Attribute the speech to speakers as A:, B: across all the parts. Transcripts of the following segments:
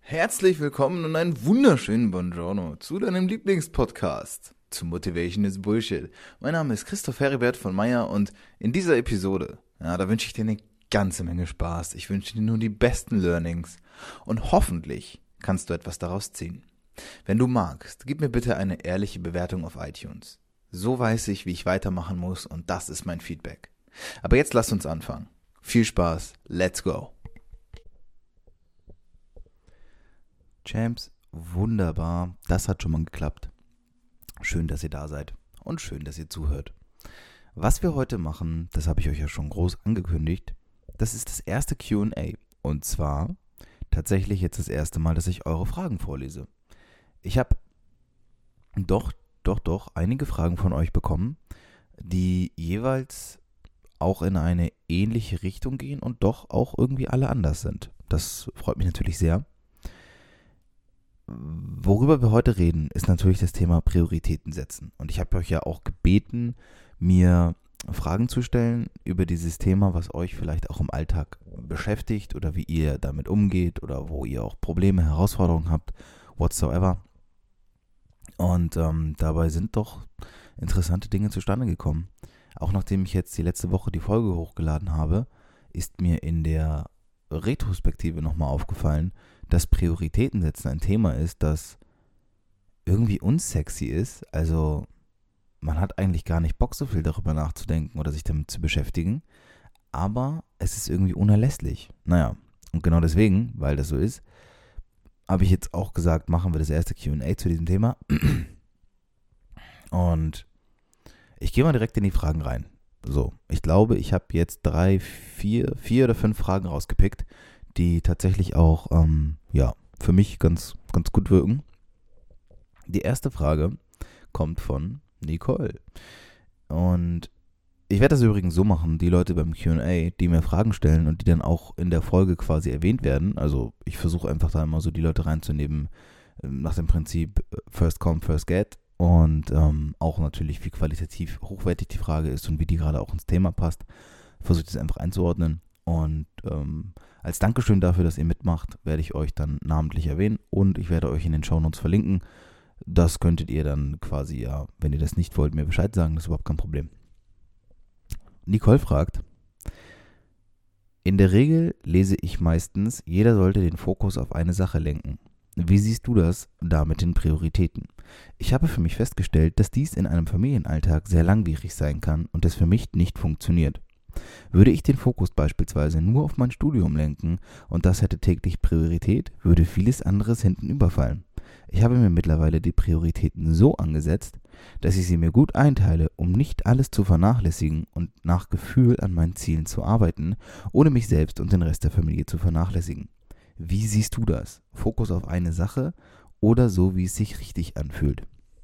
A: Herzlich willkommen und einen wunderschönen Buongiorno zu deinem Lieblingspodcast zu Motivation is Bullshit. Mein Name ist Christoph Heribert von Meyer und in dieser Episode, da wünsche ich dir eine ganze Menge Spaß. Ich wünsche dir nur die besten Learnings und hoffentlich kannst du etwas daraus ziehen. Wenn du magst, gib mir bitte eine ehrliche Bewertung auf iTunes. So weiß ich, wie ich weitermachen muss und das ist mein Feedback. Aber jetzt lasst uns anfangen. Viel Spaß, let's go! Champs, wunderbar, das hat schon mal geklappt. Schön, dass ihr da seid und schön, dass ihr zuhört. Was wir heute machen, das habe ich euch ja schon groß angekündigt, das ist das erste Q&A. Und zwar tatsächlich jetzt das erste Mal, dass ich eure Fragen vorlese. Ich habe doch einige Fragen von euch bekommen, die jeweils auch in eine ähnliche Richtung gehen und doch auch irgendwie alle anders sind. Das freut mich natürlich sehr. Worüber wir heute reden, ist natürlich das Thema Prioritäten setzen. Und ich habe euch ja auch gebeten, mir Fragen zu stellen über dieses Thema, was euch vielleicht auch im Alltag beschäftigt oder wie ihr damit umgeht oder wo ihr auch Probleme, Herausforderungen habt, whatsoever. Und dabei sind doch interessante Dinge zustande gekommen. Auch nachdem ich jetzt die letzte Woche die Folge hochgeladen habe, ist mir in der Retrospektive nochmal aufgefallen, dass Prioritäten setzen ein Thema ist, das irgendwie unsexy ist. Also man hat eigentlich gar nicht Bock, so viel darüber nachzudenken oder sich damit zu beschäftigen. Aber es ist irgendwie unerlässlich. Naja, und genau deswegen, weil das so ist, habe ich jetzt auch gesagt, machen wir das erste Q&A zu diesem Thema. Und ich gehe mal direkt in die Fragen rein. So, ich glaube, ich habe jetzt 4 oder 5 Fragen rausgepickt, die tatsächlich auch, für mich ganz gut wirken. Die erste Frage kommt von Nicole. Und ich werde das übrigens so machen, die Leute beim Q&A, die mir Fragen stellen und die dann auch in der Folge quasi erwähnt werden. Also ich versuche einfach da immer so die Leute reinzunehmen, nach dem Prinzip First Come, First Get. Und auch natürlich, wie qualitativ hochwertig die Frage ist und wie die gerade auch ins Thema passt, versuche ich das einfach einzuordnen. Und als Dankeschön dafür, dass ihr mitmacht, werde ich euch dann namentlich erwähnen und ich werde euch in den Shownotes verlinken. Das könntet ihr dann quasi, ja, wenn ihr das nicht wollt, mir Bescheid sagen, das ist überhaupt kein Problem. Nicole fragt: In der Regel lese ich meistens, jeder sollte den Fokus auf eine Sache lenken. Wie siehst du das da mit den Prioritäten? Ich habe für mich festgestellt, dass dies in einem Familienalltag sehr langwierig sein kann und es für mich nicht funktioniert. Würde ich den Fokus beispielsweise nur auf mein Studium lenken und das hätte täglich Priorität, würde vieles anderes hinten überfallen. Ich habe mir mittlerweile die Prioritäten so angesetzt, dass ich sie mir gut einteile, um nicht alles zu vernachlässigen und nach Gefühl an meinen Zielen zu arbeiten, ohne mich selbst und den Rest der Familie zu vernachlässigen. Wie siehst du das? Fokus auf eine Sache oder so, wie es sich richtig anfühlt?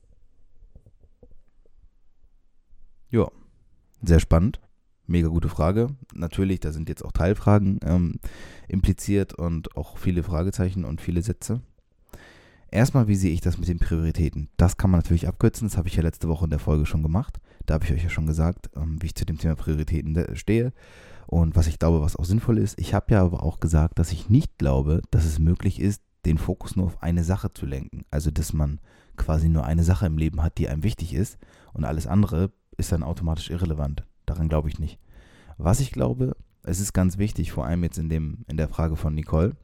A: Ja, sehr spannend. Mega gute Frage. Natürlich, da sind jetzt auch Teilfragen impliziert und auch viele Fragezeichen und viele Sätze. Erstmal, wie sehe ich das mit den Prioritäten? Das kann man natürlich abkürzen, das habe ich ja letzte Woche in der Folge schon gemacht. Da habe ich euch ja schon gesagt, wie ich zu dem Thema Prioritäten stehe und was ich glaube, was auch sinnvoll ist. Ich habe ja aber auch gesagt, dass ich nicht glaube, dass es möglich ist, den Fokus nur auf eine Sache zu lenken. Also, dass man quasi nur eine Sache im Leben hat, die einem wichtig ist und alles andere ist dann automatisch irrelevant. Daran glaube ich nicht. Was ich glaube, es ist ganz wichtig, vor allem jetzt in der Frage von Nicole,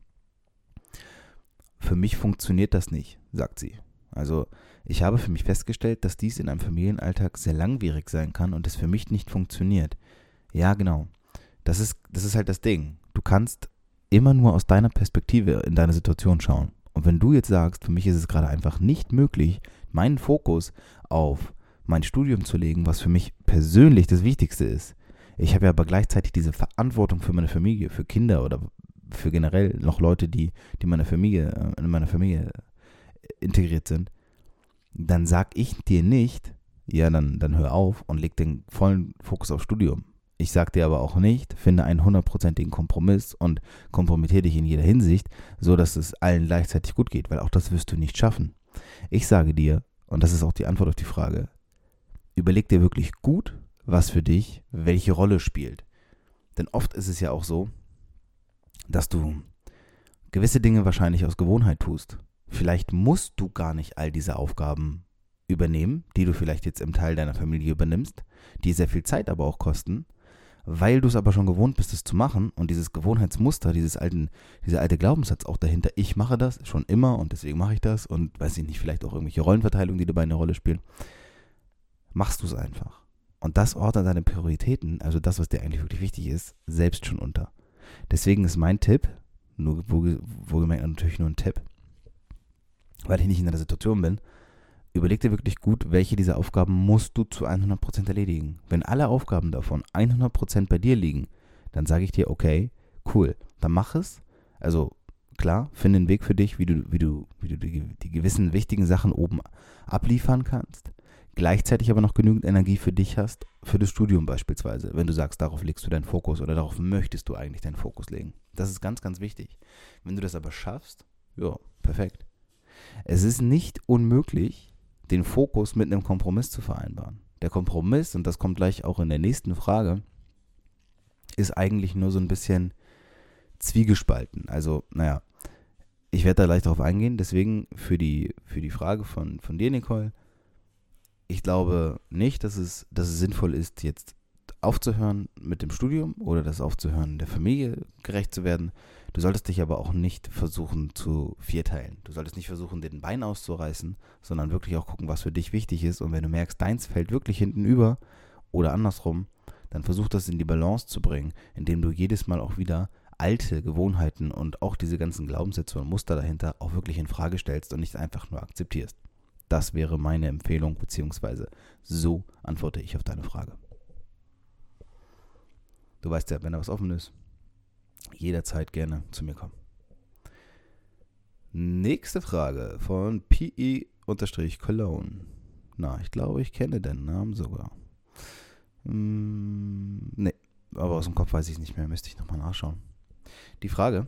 A: für mich funktioniert das nicht, sagt sie. Also ich habe für mich festgestellt, dass dies in einem Familienalltag sehr langwierig sein kann und es für mich nicht funktioniert. Ja, genau. Das ist halt das Ding. Du kannst immer nur aus deiner Perspektive in deine Situation schauen. Und wenn du jetzt sagst, für mich ist es gerade einfach nicht möglich, meinen Fokus auf mein Studium zu legen, was für mich persönlich das Wichtigste ist. Ich habe ja aber gleichzeitig diese Verantwortung für meine Familie, für Kinder oder für generell noch Leute, die in meiner Familie integriert sind. Dann sag ich dir nicht, ja, dann hör auf und leg den vollen Fokus auf Studium. Ich sag dir aber auch nicht, finde einen 100%igen Kompromiss und kompromittiere dich in jeder Hinsicht, so dass es allen gleichzeitig gut geht, weil auch das wirst du nicht schaffen. Ich sage dir, und das ist auch die Antwort auf die Frage, überleg dir wirklich gut, was für dich welche Rolle spielt. Denn oft ist es ja auch so, dass du gewisse Dinge wahrscheinlich aus Gewohnheit tust. Vielleicht musst du gar nicht all diese Aufgaben übernehmen, die du vielleicht jetzt im Teil deiner Familie übernimmst, die sehr viel Zeit aber auch kosten, weil du es aber schon gewohnt bist, es zu machen und dieses Gewohnheitsmuster, dieser alte Glaubenssatz auch dahinter, ich mache das schon immer und deswegen mache ich das und weiß ich nicht, vielleicht auch irgendwelche Rollenverteilungen, die dabei eine Rolle spielen, machst du es einfach. Und das ordnet deine Prioritäten, also das, was dir eigentlich wirklich wichtig ist, selbst schon unter. Deswegen ist mein Tipp, nur wohlgemerkt natürlich nur ein Tipp, weil ich nicht in der Situation bin, überleg dir wirklich gut, welche dieser Aufgaben musst du zu 100% erledigen. Wenn alle Aufgaben davon 100% bei dir liegen, dann sage ich dir, okay, cool, dann mach es. Also klar, finde einen Weg für dich, wie du die gewissen wichtigen Sachen oben abliefern kannst. Gleichzeitig aber noch genügend Energie für dich hast, für das Studium beispielsweise, wenn du sagst, darauf legst du deinen Fokus oder darauf möchtest du eigentlich deinen Fokus legen. Das ist ganz, ganz wichtig. Wenn du das aber schaffst, ja, perfekt. Es ist nicht unmöglich, den Fokus mit einem Kompromiss zu vereinbaren. Der Kompromiss, und das kommt gleich auch in der nächsten Frage, ist eigentlich nur so ein bisschen zwiegespalten. Also, naja, ich werde da gleich darauf eingehen, deswegen für die Frage von dir, Nicole, ich glaube nicht, dass es sinnvoll ist, jetzt aufzuhören mit dem Studium oder das aufzuhören, der Familie gerecht zu werden. Du solltest dich aber auch nicht versuchen zu vierteilen. Du solltest nicht versuchen, dir den Bein auszureißen, sondern wirklich auch gucken, was für dich wichtig ist. Und wenn du merkst, deins fällt wirklich hinten über oder andersrum, dann versuch das in die Balance zu bringen, indem du jedes Mal auch wieder alte Gewohnheiten und auch diese ganzen Glaubenssätze und Muster dahinter auch wirklich in Frage stellst und nicht einfach nur akzeptierst. Das wäre meine Empfehlung, beziehungsweise so antworte ich auf deine Frage. Du weißt ja, wenn da was offen ist, jederzeit gerne zu mir kommen. Nächste Frage von PE-Cologne. Na, ich glaube, ich kenne den Namen sogar. Nee, aber aus dem Kopf weiß ich es nicht mehr, müsste ich nochmal nachschauen. Die Frage: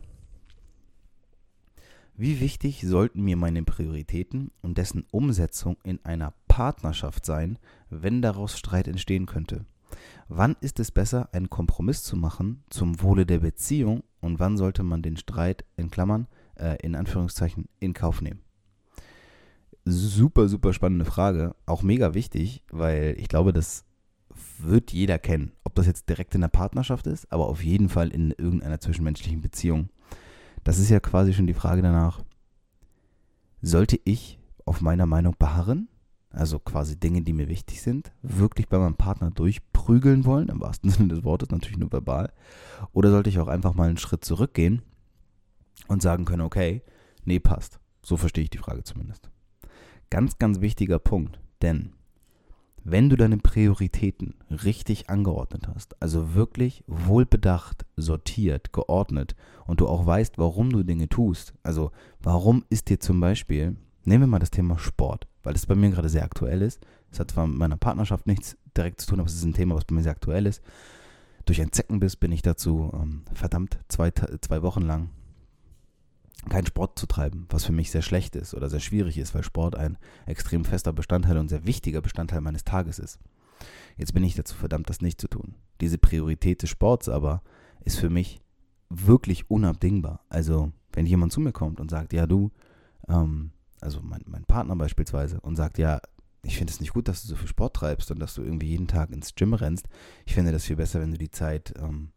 A: Wie wichtig sollten mir meine Prioritäten und dessen Umsetzung in einer Partnerschaft sein, wenn daraus Streit entstehen könnte? Wann ist es besser, einen Kompromiss zu machen zum Wohle der Beziehung und wann sollte man den Streit in Anführungszeichen, in Kauf nehmen? Super, super spannende Frage, auch mega wichtig, weil ich glaube, das wird jeder kennen. Ob das jetzt direkt in der Partnerschaft ist, aber auf jeden Fall in irgendeiner zwischenmenschlichen Beziehung. Das ist ja quasi schon die Frage danach, sollte ich auf meiner Meinung beharren? Also quasi Dinge, die mir wichtig sind, wirklich bei meinem Partner durchprügeln wollen, im wahrsten Sinne des Wortes, natürlich nur verbal. Oder sollte ich auch einfach mal einen Schritt zurückgehen und sagen können, okay, nee, passt. So verstehe ich die Frage zumindest. Ganz, ganz wichtiger Punkt, denn wenn du deine Prioritäten richtig angeordnet hast, also wirklich wohlbedacht, sortiert, geordnet und du auch weißt, warum du Dinge tust, also warum ist dir zum Beispiel, nehmen wir mal das Thema Sport, weil das bei mir gerade sehr aktuell ist. Es hat zwar mit meiner Partnerschaft nichts direkt zu tun, aber es ist ein Thema, was bei mir sehr aktuell ist. Durch ein Zeckenbiss bin ich dazu verdammt 2 Wochen lang keinen Sport zu treiben, was für mich sehr schlecht ist oder sehr schwierig ist, weil Sport ein extrem fester Bestandteil und sehr wichtiger Bestandteil meines Tages ist. Jetzt bin ich dazu verdammt, das nicht zu tun. Diese Priorität des Sports aber ist für mich wirklich unabdingbar. Also wenn jemand zu mir kommt und sagt, ja du, also mein Partner beispielsweise, und sagt, ja, ich finde es nicht gut, dass du so viel Sport treibst und dass du irgendwie jeden Tag ins Gym rennst. Ich finde das viel besser, wenn du die Zeit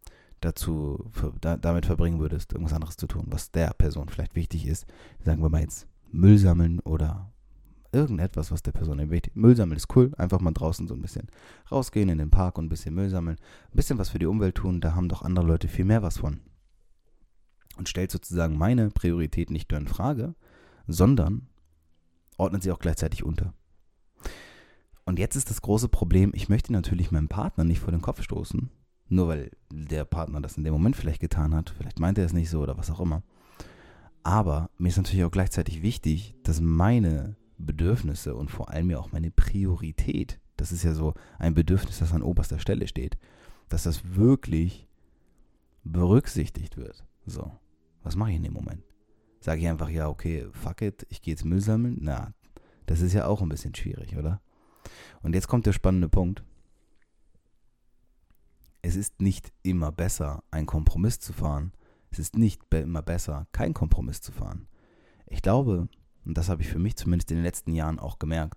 A: damit verbringen würdest, irgendwas anderes zu tun, was der Person vielleicht wichtig ist. Sagen wir mal jetzt Müll sammeln oder irgendetwas, was der Person wichtig ist. Müll sammeln ist cool, einfach mal draußen so ein bisschen rausgehen in den Park und ein bisschen Müll sammeln, ein bisschen was für die Umwelt tun, da haben doch andere Leute viel mehr was von. Und stellt sozusagen meine Priorität nicht nur in Frage, sondern ordnet sie auch gleichzeitig unter. Und jetzt ist das große Problem, ich möchte natürlich meinem Partner nicht vor den Kopf stoßen, nur weil der Partner das in dem Moment vielleicht getan hat, vielleicht meint er es nicht so oder was auch immer. Aber mir ist natürlich auch gleichzeitig wichtig, dass meine Bedürfnisse und vor allem ja auch meine Priorität, das ist ja so ein Bedürfnis, das an oberster Stelle steht, dass das wirklich berücksichtigt wird. So, was mache ich in dem Moment? Sage ich einfach, ja, okay, fuck it, ich gehe jetzt Müll sammeln? Na, das ist ja auch ein bisschen schwierig, oder? Und jetzt kommt der spannende Punkt. Es ist nicht immer besser, einen Kompromiss zu fahren. Es ist nicht immer besser, keinen Kompromiss zu fahren. Ich glaube, und das habe ich für mich zumindest in den letzten Jahren auch gemerkt,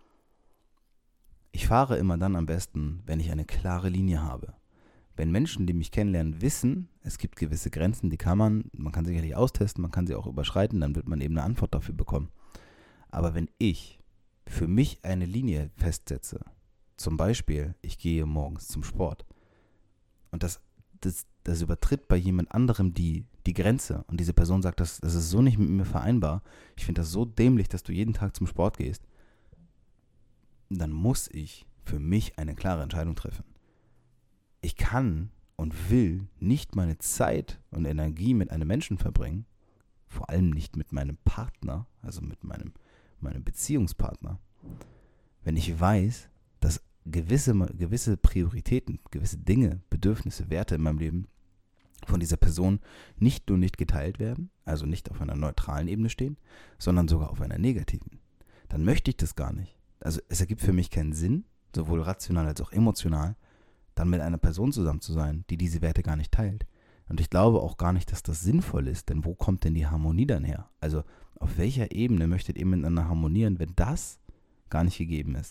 A: ich fahre immer dann am besten, wenn ich eine klare Linie habe. Wenn Menschen, die mich kennenlernen, wissen, es gibt gewisse Grenzen, die man kann sicherlich austesten, man kann sie auch überschreiten, dann wird man eben eine Antwort dafür bekommen. Aber wenn ich für mich eine Linie festsetze, zum Beispiel, ich gehe morgens zum Sport und das übertritt bei jemand anderem die Grenze und diese Person sagt, das ist so nicht mit mir vereinbar, ich finde das so dämlich, dass du jeden Tag zum Sport gehst, dann muss ich für mich eine klare Entscheidung treffen. Ich kann und will nicht meine Zeit und Energie mit einem Menschen verbringen, vor allem nicht mit meinem Partner, also mit meinem Beziehungspartner, wenn ich weiß, dass gewisse Prioritäten, gewisse Dinge, Bedürfnisse, Werte in meinem Leben von dieser Person nicht nur nicht geteilt werden, also nicht auf einer neutralen Ebene stehen, sondern sogar auf einer negativen. Dann möchte ich das gar nicht. Also es ergibt für mich keinen Sinn, sowohl rational als auch emotional, dann mit einer Person zusammen zu sein, die diese Werte gar nicht teilt. Und ich glaube auch gar nicht, dass das sinnvoll ist, denn wo kommt denn die Harmonie dann her? Also auf welcher Ebene möchtet ihr miteinander harmonieren, wenn das gar nicht gegeben ist?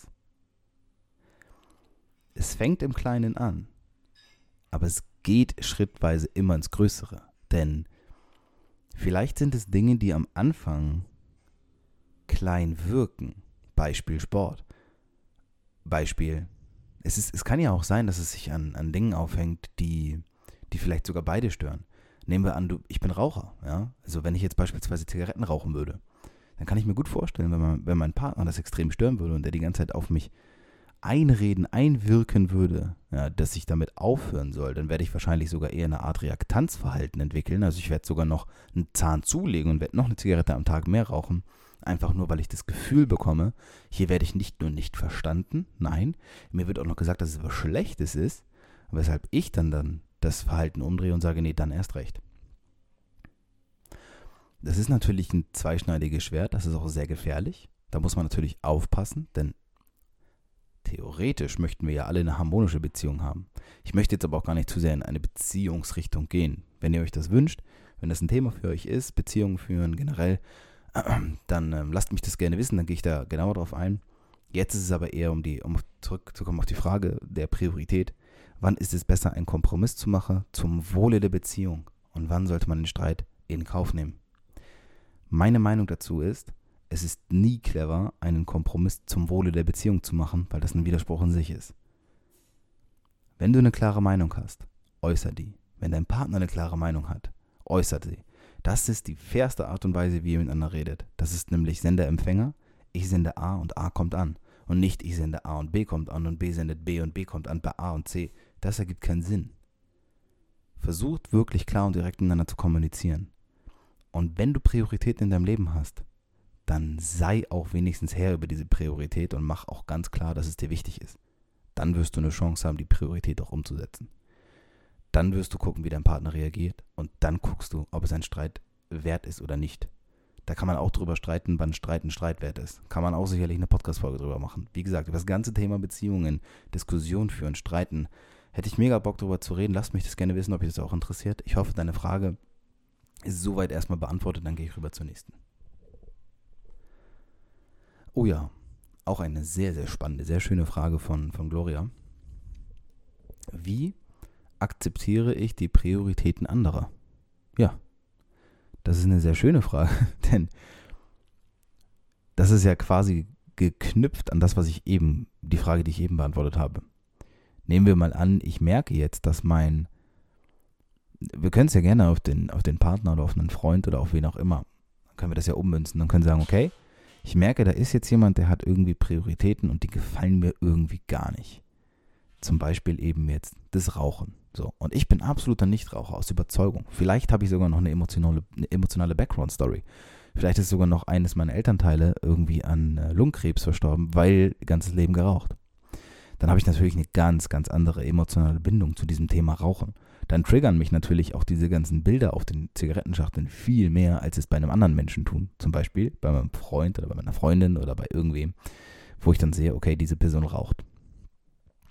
A: Es fängt im Kleinen an, aber es geht schrittweise immer ins Größere. Denn vielleicht sind es Dinge, die am Anfang klein wirken. Beispiel Sport. Beispiel, es kann ja auch sein, dass es sich an Dingen aufhängt, die vielleicht sogar beide stören. Nehmen wir an, ich bin Raucher. Ja? Also wenn ich jetzt beispielsweise Zigaretten rauchen würde, dann kann ich mir gut vorstellen, wenn mein Partner das extrem stören würde und der die ganze Zeit auf mich einwirken würde, ja, dass ich damit aufhören soll, dann werde ich wahrscheinlich sogar eher eine Art Reaktanzverhalten entwickeln. Also ich werde sogar noch einen Zahn zulegen und werde noch eine Zigarette am Tag mehr rauchen, einfach nur, weil ich das Gefühl bekomme, hier werde ich nicht nur nicht verstanden, nein, mir wird auch noch gesagt, dass es was Schlechtes ist, weshalb ich dann das Verhalten umdrehe und sage, nee, dann erst recht. Das ist natürlich ein zweischneidiges Schwert, das ist auch sehr gefährlich. Da muss man natürlich aufpassen, denn theoretisch möchten wir ja alle eine harmonische Beziehung haben. Ich möchte jetzt aber auch gar nicht zu sehr in eine Beziehungsrichtung gehen. Wenn ihr euch das wünscht, wenn das ein Thema für euch ist, Beziehungen führen generell, dann lasst mich das gerne wissen, dann gehe ich da genauer drauf ein. Jetzt ist es aber eher, um zurückzukommen auf die Frage der Priorität. Wann ist es besser, einen Kompromiss zu machen zum Wohle der Beziehung? Und wann sollte man den Streit in Kauf nehmen? Meine Meinung dazu ist, es ist nie clever, einen Kompromiss zum Wohle der Beziehung zu machen, weil das ein Widerspruch in sich ist. Wenn du eine klare Meinung hast, äußer die. Wenn dein Partner eine klare Meinung hat, äußert sie. Das ist die fairste Art und Weise, wie ihr miteinander redet. Das ist nämlich Sender-Empfänger. Ich sende A und A kommt an. Und nicht ich sende A und B kommt an und B sendet B und B kommt an bei A und C. Das ergibt keinen Sinn. Versucht wirklich klar und direkt miteinander zu kommunizieren. Und wenn du Prioritäten in deinem Leben hast, dann sei auch wenigstens Herr über diese Priorität und mach auch ganz klar, dass es dir wichtig ist. Dann wirst du eine Chance haben, die Priorität auch umzusetzen. Dann wirst du gucken, wie dein Partner reagiert und dann guckst du, ob es ein Streit wert ist oder nicht. Da kann man auch drüber streiten, wann Streit ein Streit wert ist. Kann man auch sicherlich eine Podcast-Folge drüber machen. Wie gesagt, über das ganze Thema Beziehungen, Diskussion führen, Streiten, hätte ich mega Bock drüber zu reden. Lasst mich das gerne wissen, ob euch das auch interessiert. Ich hoffe, deine Frage ist soweit erstmal beantwortet, dann gehe ich rüber zur nächsten. Oh ja, auch eine sehr, sehr spannende, sehr schöne Frage von Gloria. Wie akzeptiere ich die Prioritäten anderer? Ja, das ist eine sehr schöne Frage, denn das ist ja quasi geknüpft an das, die Frage, die ich eben beantwortet habe. Nehmen wir mal an, ich merke jetzt, dass wir können es ja gerne auf den Partner oder auf einen Freund oder auf wen auch immer, dann können wir das ja ummünzen, dann können wir sagen, okay, ich merke, da ist jetzt jemand, der hat irgendwie Prioritäten und die gefallen mir irgendwie gar nicht. Zum Beispiel eben jetzt das Rauchen. So. Und ich bin absoluter Nichtraucher aus Überzeugung. Vielleicht habe ich sogar noch eine emotionale Background-Story. Vielleicht ist sogar noch eines meiner Elternteile irgendwie an Lungenkrebs verstorben, weil ganzes Leben geraucht. Dann habe ich natürlich eine ganz, ganz andere emotionale Bindung zu diesem Thema Rauchen. Dann triggern mich natürlich auch diese ganzen Bilder auf den Zigarettenschachteln viel mehr, als es bei einem anderen Menschen tun. Zum Beispiel bei meinem Freund oder bei meiner Freundin oder bei irgendwem, wo ich dann sehe, okay, diese Person raucht.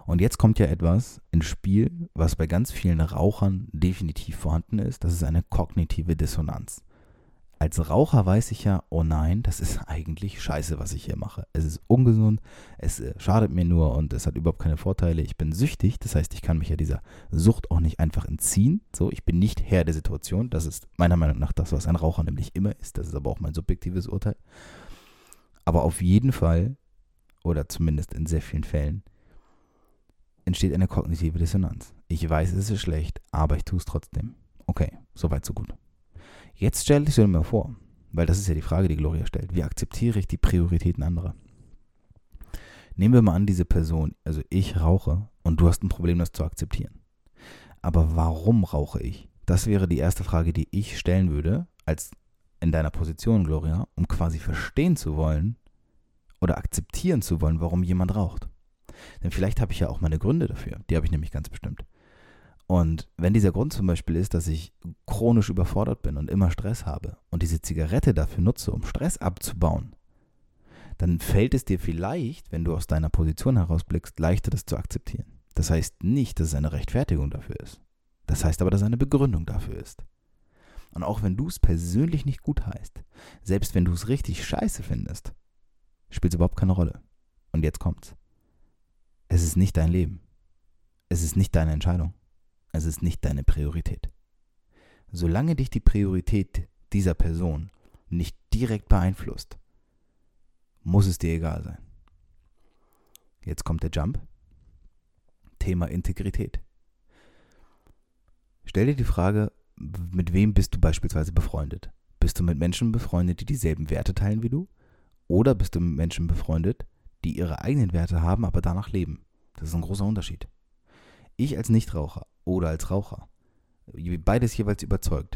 A: Und jetzt kommt ja etwas ins Spiel, was bei ganz vielen Rauchern definitiv vorhanden ist. Das ist eine kognitive Dissonanz. Als Raucher weiß ich ja, oh nein, das ist eigentlich scheiße, was ich hier mache. Es ist ungesund, es schadet mir nur und es hat überhaupt keine Vorteile. Ich bin süchtig, das heißt, ich kann mich ja dieser Sucht auch nicht einfach entziehen. So, ich bin nicht Herr der Situation. Das ist meiner Meinung nach das, was ein Raucher nämlich immer ist. Das ist aber auch mein subjektives Urteil. Aber auf jeden Fall, oder zumindest in sehr vielen Fällen, entsteht eine kognitive Dissonanz. Ich weiß, es ist schlecht, aber ich tue es trotzdem. Okay, soweit so gut. Jetzt stell dich dir mal vor, weil das ist ja die Frage, die Gloria stellt. Wie akzeptiere ich die Prioritäten anderer? Nehmen wir mal an, diese Person, also ich rauche und du hast ein Problem, das zu akzeptieren. Aber warum rauche ich? Das wäre die erste Frage, die ich stellen würde, als in deiner Position, Gloria, um quasi verstehen zu wollen oder akzeptieren zu wollen, warum jemand raucht. Denn vielleicht habe ich ja auch meine Gründe dafür. Die habe ich nämlich ganz bestimmt. Und wenn dieser Grund zum Beispiel ist, dass ich chronisch überfordert bin und immer Stress habe und diese Zigarette dafür nutze, um Stress abzubauen, dann fällt es dir vielleicht, wenn du aus deiner Position herausblickst, leichter, das zu akzeptieren. Das heißt nicht, dass es eine Rechtfertigung dafür ist. Das heißt aber, dass es eine Begründung dafür ist. Und auch wenn du es persönlich nicht gut heißt, selbst wenn du es richtig scheiße findest, spielt es überhaupt keine Rolle. Und jetzt kommt's. Es ist nicht dein Leben. Es ist nicht deine Entscheidung. Es ist nicht deine Priorität. Solange dich die Priorität dieser Person nicht direkt beeinflusst, muss es dir egal sein. Jetzt kommt der Jump. Thema Integrität. Stell dir die Frage, mit wem bist du beispielsweise befreundet? Bist du mit Menschen befreundet, die dieselben Werte teilen wie du? Oder bist du mit Menschen befreundet, die ihre eigenen Werte haben, aber danach leben? Das ist ein großer Unterschied. Ich als Nichtraucher oder als Raucher, beides jeweils überzeugt,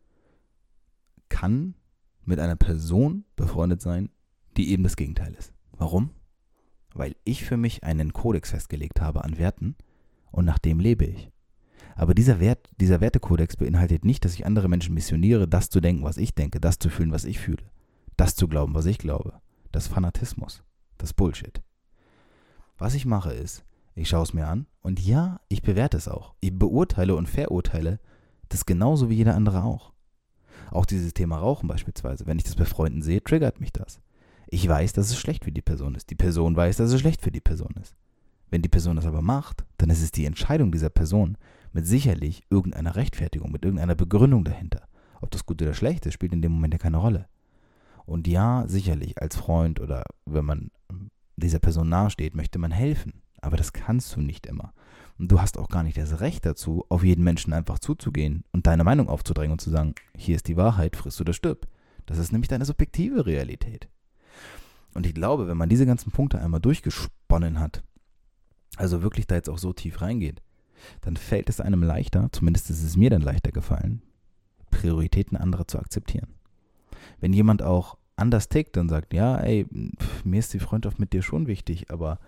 A: kann mit einer Person befreundet sein, die eben das Gegenteil ist. Warum? Weil ich für mich einen Kodex festgelegt habe an Werten und nach dem lebe ich. Aber dieser Wertekodex beinhaltet nicht, dass ich andere Menschen missioniere, das zu denken, was ich denke, das zu fühlen, was ich fühle, das zu glauben, was ich glaube. Das ist Fanatismus, das ist Bullshit. Was ich mache ist, ich schaue es mir an und ja, ich bewerte es auch. Ich beurteile und verurteile das genauso wie jeder andere auch. Auch dieses Thema Rauchen beispielsweise, wenn ich das bei Freunden sehe, triggert mich das. Ich weiß, dass es schlecht für die Person ist. Die Person weiß, dass es schlecht für die Person ist. Wenn die Person das aber macht, dann ist es die Entscheidung dieser Person mit sicherlich irgendeiner Rechtfertigung, mit irgendeiner Begründung dahinter. Ob das gut oder schlecht ist, spielt in dem Moment ja keine Rolle. Und ja, sicherlich als Freund oder wenn man dieser Person nahesteht, möchte man helfen. Aber das kannst du nicht immer. Und du hast auch gar nicht das Recht dazu, auf jeden Menschen einfach zuzugehen und deine Meinung aufzudrängen und zu sagen, hier ist die Wahrheit, friss oder stirb. Das ist nämlich deine subjektive Realität. Und ich glaube, wenn man diese ganzen Punkte einmal durchgesponnen hat, also wirklich da jetzt auch so tief reingeht, dann fällt es einem leichter, zumindest ist es mir dann leichter gefallen, Prioritäten anderer zu akzeptieren. Wenn jemand auch anders tickt und sagt, ja, ey, mir ist die Freundschaft mit dir schon wichtig, aber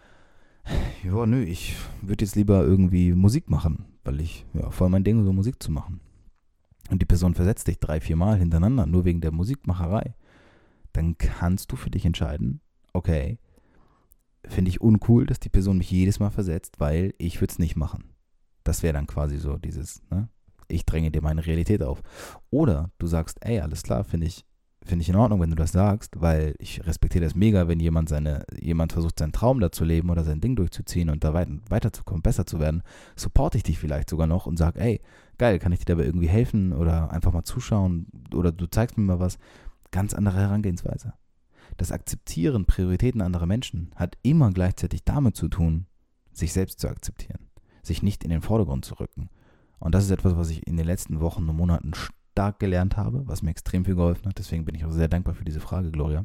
A: ja, nö, ich würde jetzt lieber irgendwie Musik machen, weil ich, ja, voll mein Ding, so Musik zu machen. Und die Person versetzt dich 3-4 Mal hintereinander, nur wegen der Musikmacherei. Dann kannst du für dich entscheiden, okay, finde ich uncool, dass die Person mich jedes Mal versetzt, weil ich würde es nicht machen. Das wäre dann quasi so dieses, ne? Ich dränge dir meine Realität auf. Oder du sagst, ey, alles klar, finde ich in Ordnung, wenn du das sagst, weil ich respektiere das mega, wenn jemand versucht, seinen Traum da zu leben oder sein Ding durchzuziehen und da weiterzukommen, besser zu werden, supporte ich dich vielleicht sogar noch und sag, ey, geil, kann ich dir dabei irgendwie helfen oder einfach mal zuschauen oder du zeigst mir mal was. Ganz andere Herangehensweise. Das Akzeptieren Prioritäten anderer Menschen hat immer gleichzeitig damit zu tun, sich selbst zu akzeptieren, sich nicht in den Vordergrund zu rücken. Und das ist etwas, was ich in den letzten Wochen und Monaten stark gelernt habe, was mir extrem viel geholfen hat. Deswegen bin ich auch sehr dankbar für diese Frage, Gloria.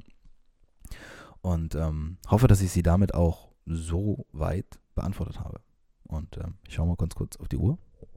A: Und hoffe, dass ich sie damit auch so weit beantwortet habe. Und ich schaue mal ganz kurz auf die Uhr.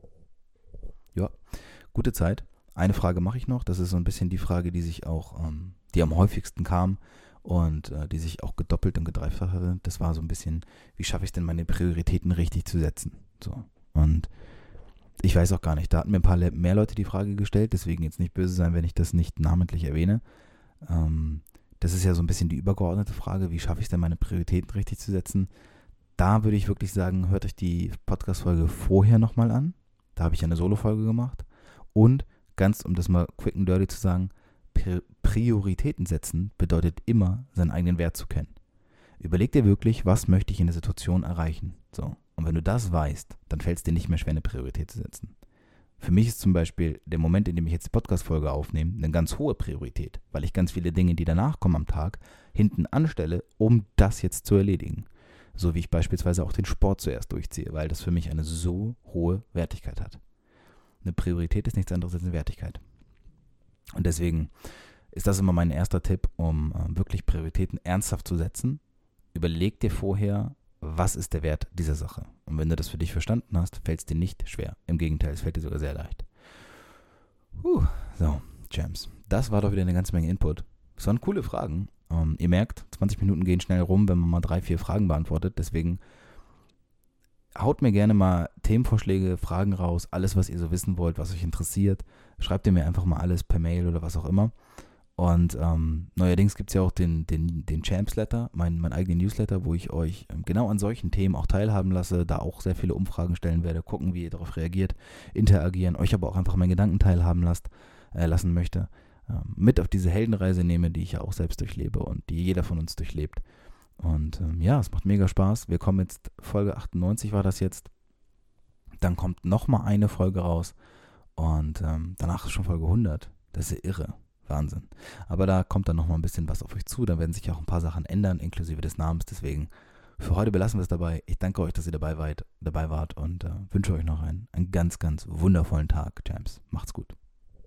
A: Ja, gute Zeit. Eine Frage mache ich noch. Das ist so ein bisschen die Frage, die am häufigsten kam und die sich auch gedoppelt und gedreifacht hatte. Das war so ein bisschen, wie schaffe ich es denn, meine Prioritäten richtig zu setzen? So. Und ich weiß auch gar nicht, da hatten mir ein paar mehr Leute die Frage gestellt, deswegen jetzt nicht böse sein, wenn ich das nicht namentlich erwähne. Das ist ja so ein bisschen die übergeordnete Frage, wie schaffe ich es denn, meine Prioritäten richtig zu setzen? Da würde ich wirklich sagen, hört euch die Podcast-Folge vorher nochmal an. Da habe ich eine Solo-Folge gemacht. Und ganz, um das mal quick and dirty zu sagen, Prioritäten setzen bedeutet immer, seinen eigenen Wert zu kennen. Überleg dir wirklich, was möchte ich in der Situation erreichen. So. Und wenn du das weißt, dann fällt es dir nicht mehr schwer, eine Priorität zu setzen. Für mich ist zum Beispiel der Moment, in dem ich jetzt die Podcast-Folge aufnehme, eine ganz hohe Priorität, weil ich ganz viele Dinge, die danach kommen am Tag, hinten anstelle, um das jetzt zu erledigen. So wie ich beispielsweise auch den Sport zuerst durchziehe, weil das für mich eine so hohe Wertigkeit hat. Eine Priorität ist nichts anderes als eine Wertigkeit. Und deswegen ist das immer mein erster Tipp, um wirklich Prioritäten ernsthaft zu setzen. Überleg dir vorher, was ist der Wert dieser Sache. Und wenn du das für dich verstanden hast, fällt es dir nicht schwer. Im Gegenteil, es fällt dir sogar sehr leicht. So, Champs. Das war doch wieder eine ganze Menge Input. Es waren coole Fragen. Ihr merkt, 20 Minuten gehen schnell rum, wenn man mal 3-4 Fragen beantwortet. Deswegen haut mir gerne mal Themenvorschläge, Fragen raus, alles, was ihr so wissen wollt, was euch interessiert. Schreibt ihr mir einfach mal alles per Mail oder was auch immer. Und neuerdings gibt es ja auch den Champs-Letter, meinen eigenen Newsletter, wo ich euch genau an solchen Themen auch teilhaben lasse, da auch sehr viele Umfragen stellen werde, gucken, wie ihr darauf reagiert, interagieren, euch aber auch einfach meinen Gedanken teilhaben lassen möchte. Mit auf diese Heldenreise nehme, die ich ja auch selbst durchlebe und die jeder von uns durchlebt. Und es macht mega Spaß. Wir kommen jetzt, Folge 98 war das jetzt. Dann kommt nochmal eine Folge raus und danach ist schon Folge 100. Das ist ja irre. Wahnsinn. Aber da kommt dann nochmal ein bisschen was auf euch zu. Da werden sich auch ein paar Sachen ändern, inklusive des Namens. Deswegen, für heute belassen wir es dabei. Ich danke euch, dass ihr dabei wart und wünsche euch noch einen ganz, ganz wundervollen Tag, Champs. Macht's gut.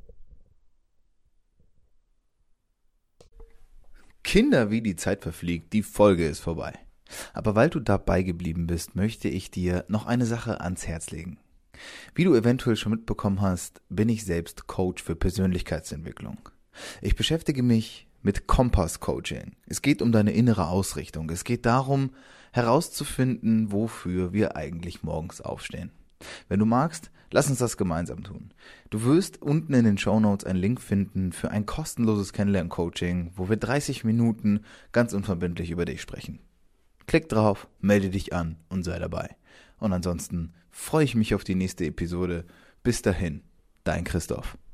A: Kinder, wie die Zeit verfliegt, die Folge ist vorbei. Aber weil du dabei geblieben bist, möchte ich dir noch eine Sache ans Herz legen. Wie du eventuell schon mitbekommen hast, bin ich selbst Coach für Persönlichkeitsentwicklung. Ich beschäftige mich mit Kompass-Coaching. Es geht um deine innere Ausrichtung. Es geht darum, herauszufinden, wofür wir eigentlich morgens aufstehen. Wenn du magst, lass uns das gemeinsam tun. Du wirst unten in den Shownotes einen Link finden für ein kostenloses Kennenlern-Coaching, wo wir 30 Minuten ganz unverbindlich über dich sprechen. Klick drauf, melde dich an und sei dabei. Und ansonsten freue ich mich auf die nächste Episode. Bis dahin, dein Christoph.